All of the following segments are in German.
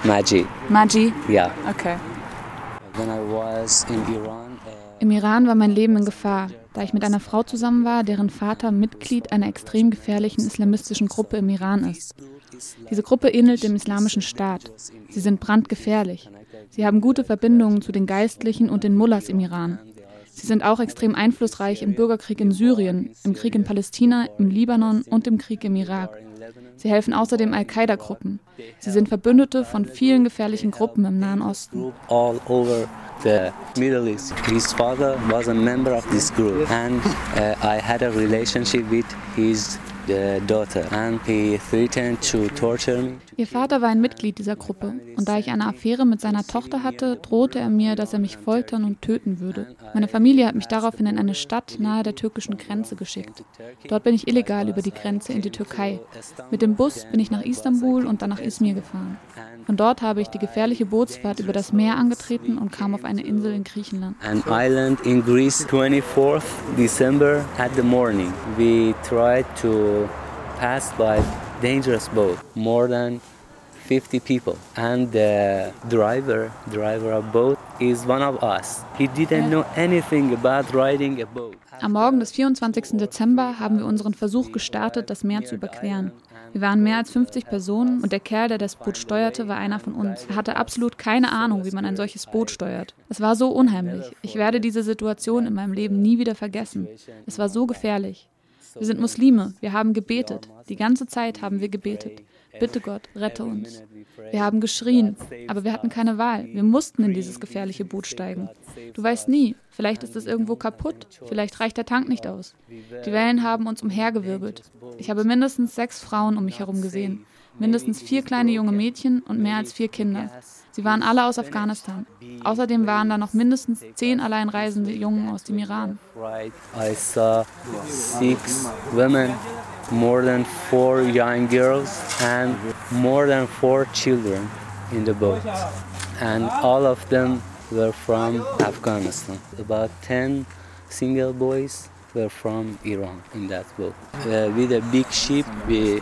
Maji. Maji? Yeah. Okay. When I was in Iran, Im Iran war mein Leben in Gefahr, da ich mit einer Frau zusammen war, deren Vater Mitglied einer extrem gefährlichen islamistischen Gruppe im Iran ist. Diese Gruppe ähnelt dem Islamischen Staat. Sie sind brandgefährlich. Sie haben gute Verbindungen zu den Geistlichen und den Mullahs im Iran. Sie sind auch extrem einflussreich im Bürgerkrieg in Syrien, im Krieg in Palästina, im Libanon und im Krieg im Irak. Sie helfen außerdem Al-Qaida-Gruppen. Sie sind Verbündete von vielen gefährlichen Gruppen im Nahen Osten. all over the Middle East. His father was a member of this group, and I had a relationship with his daughter, and he threatened to torture me. Ihr Vater war ein Mitglied dieser Gruppe und da ich eine Affäre mit seiner Tochter hatte, drohte er mir, dass er mich foltern und töten würde. Meine Familie hat mich daraufhin in eine Stadt nahe der türkischen Grenze geschickt. Dort bin ich illegal über die Grenze in die Türkei. Mit dem Bus bin ich nach Istanbul und dann nach Izmir gefahren. Von dort habe ich die gefährliche Bootsfahrt über das Meer angetreten und kam auf eine Insel in Griechenland. An island in Greece, 24th December at the morning. We tried to pass by dangerous boat, more than 50 people, and the driver of boat is one of us. He didn't know anything about riding a boat. Am Morgen des 24. Dezember haben wir unseren Versuch gestartet, das Meer zu überqueren. Wir waren mehr als 50 Personen und der Kerl, der das Boot steuerte, war einer von uns. Er hatte absolut keine Ahnung, wie man ein solches Boot steuert. Es war so unheimlich. Ich werde diese Situation in meinem Leben nie wieder vergessen. Es war so gefährlich. Wir sind Muslime, wir haben gebetet. Die ganze Zeit haben wir gebetet. Bitte Gott, rette uns. Wir haben geschrien, aber wir hatten keine Wahl. Wir mussten in dieses gefährliche Boot steigen. Du weißt nie, vielleicht ist es irgendwo kaputt, vielleicht reicht der Tank nicht aus. Die Wellen haben uns umhergewirbelt. Ich habe mindestens 6 Frauen um mich herum gesehen. Mindestens 4 kleine junge Mädchen und mehr als 4 Kinder. Sie waren alle aus Afghanistan. Außerdem waren da noch mindestens 10 alleinreisende Jungen aus dem Iran. I saw 6 women, more than 4 young girls and more than 4 children in the boat. And all of them were from Afghanistan. About 10 single boys were from Iran in that boat. With a big ship, we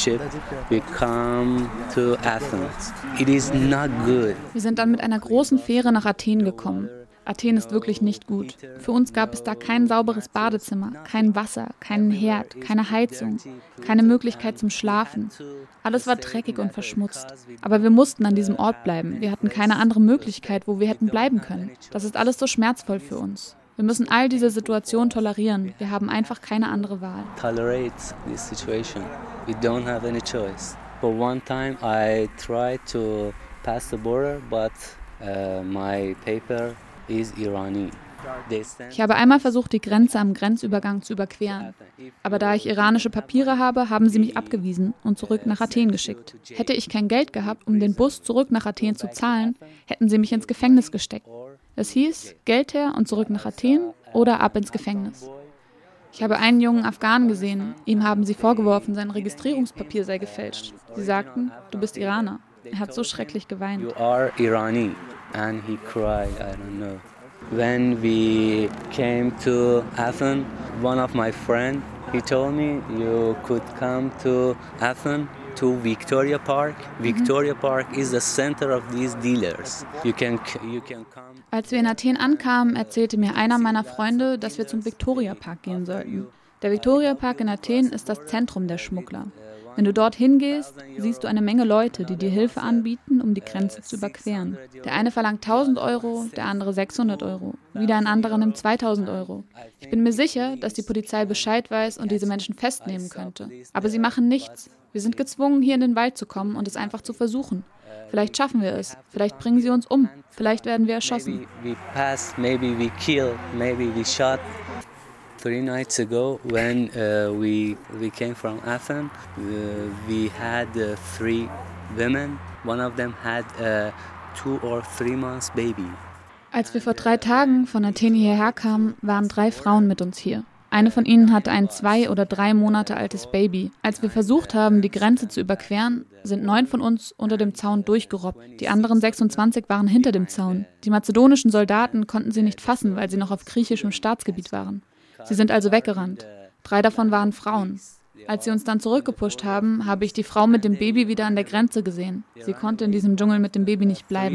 come to Athens. It is not good. Wir sind dann mit einer großen Fähre nach Athen gekommen. Athen ist wirklich nicht gut. Für uns gab es da kein sauberes Badezimmer, kein Wasser, keinen Herd, keine Heizung, keine Möglichkeit zum Schlafen. Alles war dreckig und verschmutzt. Aber wir mussten an diesem Ort bleiben. Wir hatten keine andere Möglichkeit, wo wir hätten bleiben können. Das ist alles so schmerzvoll für uns. Wir müssen all diese Situationen tolerieren. Wir haben einfach keine andere Wahl. Tolerate this situation. We don't have any choice. For one time I tried to pass the border, but my paper is Irani. Ich habe einmal versucht, die Grenze am Grenzübergang zu überqueren. Aber da ich iranische Papiere habe, haben sie mich abgewiesen und zurück nach Athen geschickt. Hätte ich kein Geld gehabt, um den Bus zurück nach Athen zu zahlen, hätten sie mich ins Gefängnis gesteckt. Es hieß, Geld her und zurück nach Athen oder ab ins Gefängnis. Ich habe einen jungen Afghanen gesehen. Ihm haben sie vorgeworfen, sein Registrierungspapier sei gefälscht. Sie sagten, du bist Iraner. Er hat so schrecklich geweint. You are Irani. And he cried, I don't know. When we came to Athens, one of my friends, he told me you could come to Athens to Victoria Park. Victoria Park is the center of these dealers. You can come. Als wir in Athen ankamen, erzählte mir einer meiner Freunde, dass wir zum Victoria Park gehen sollten. Der Victoria Park in Athen ist das Zentrum der Schmuggler. Wenn du dorthin gehst, siehst du eine Menge Leute, die dir Hilfe anbieten, um die Grenze zu überqueren. Der eine verlangt 1.000 Euro, der andere 600 Euro. Wieder ein anderer nimmt 2.000 Euro. Ich bin mir sicher, dass die Polizei Bescheid weiß und diese Menschen festnehmen könnte. Aber sie machen nichts. Wir sind gezwungen, hier in den Wald zu kommen und es einfach zu versuchen. Vielleicht schaffen wir es. Vielleicht bringen sie uns um. Vielleicht werden wir erschossen. Maybe we pass, maybe we kill, maybe we shot. 3 nights ago, when we came from Athens, we had 3 women. One of them had a 2 or 3 months baby. Als wir vor 3 Tagen von Athen hierher kamen, waren 3 Frauen mit uns hier. Eine von ihnen hatte ein 2 oder 3 Monate altes Baby. Als wir versucht haben, die Grenze zu überqueren, sind 9 von uns unter dem Zaun durchgerobbt. Die anderen 26 waren hinter dem Zaun. Die mazedonischen Soldaten konnten sie nicht fassen, weil sie noch auf griechischem Staatsgebiet waren. Sie sind also weggerannt. 3 davon waren Frauen. Als sie uns dann zurückgepusht haben, habe ich die Frau mit dem Baby wieder an der Grenze gesehen. Sie konnte in diesem Dschungel mit dem Baby nicht bleiben.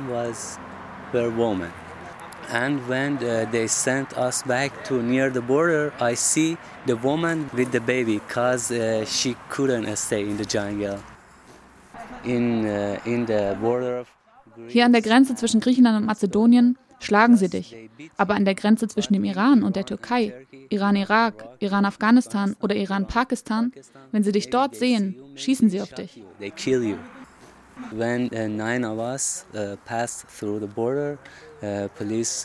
And when they sent us back to near the border, I see the woman with the baby, cause she couldn't stay in the jungle. In the border of Hier an der Grenze zwischen Griechenland und Mazedonien schlagen sie dich. Aber an der Grenze zwischen dem Iran und der Türkei, Iran-Irak, Iran-Afghanistan oder Iran-Pakistan, wenn sie dich dort sehen, schießen sie auf dich. They kill you. When 9 of us passed through the border, police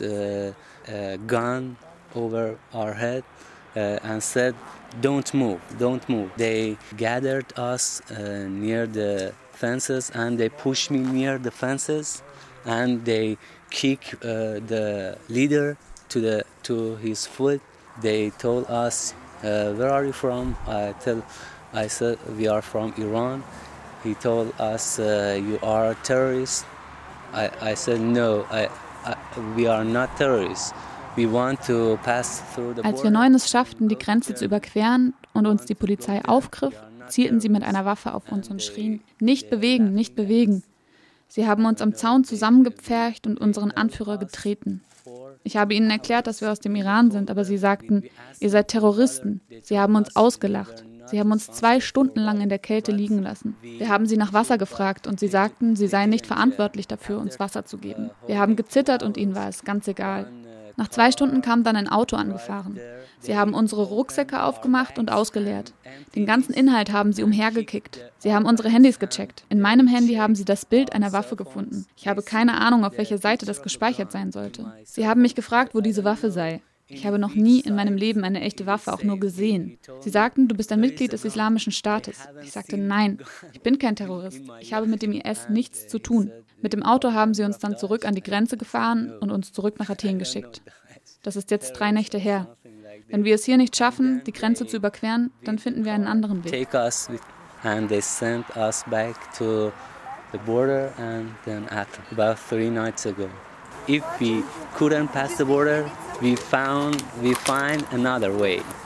gun over our head and said, "Don't move, don't move." They gathered us near the fences and they pushed me near the fences and they kicked the leader to his foot. They told us, "Where are you from?" I said, "We are from Iran." He told us, "You are terrorists." I said, "No, we are not terrorists. We want to pass through the border." Als wir 9 es schafften, die Grenze zu überqueren und uns die Polizei aufgriff, zielten sie mit einer Waffe auf uns und schrien, "Nicht bewegen, nicht bewegen." Sie haben uns am Zaun zusammengepfercht und unseren Anführer getreten. Ich habe ihnen erklärt, dass wir aus dem Iran sind, aber sie sagten, "Ihr seid Terroristen." Sie haben uns ausgelacht. Sie haben uns 2 Stunden lang in der Kälte liegen lassen. Wir haben sie nach Wasser gefragt und sie sagten, sie seien nicht verantwortlich dafür, uns Wasser zu geben. Wir haben gezittert und ihnen war es ganz egal. Nach 2 Stunden kam dann ein Auto angefahren. Sie haben unsere Rucksäcke aufgemacht und ausgeleert. Den ganzen Inhalt haben sie umhergekickt. Sie haben unsere Handys gecheckt. In meinem Handy haben sie das Bild einer Waffe gefunden. Ich habe keine Ahnung, auf welcher Seite das gespeichert sein sollte. Sie haben mich gefragt, wo diese Waffe sei. Ich habe noch nie in meinem Leben eine echte Waffe auch nur gesehen. Sie sagten, du bist ein Mitglied des Islamischen Staates. Ich sagte, nein, ich bin kein Terrorist. Ich habe mit dem IS nichts zu tun. Mit dem Auto haben sie uns dann zurück an die Grenze gefahren und uns zurück nach Athen geschickt. Das ist jetzt 3 Nächte her. Wenn wir es hier nicht schaffen, die Grenze zu überqueren, dann finden wir einen anderen Weg. Take us and they sent us back to the border and then Athens about 3 nights ago. If we couldn't pass the border, we find another way.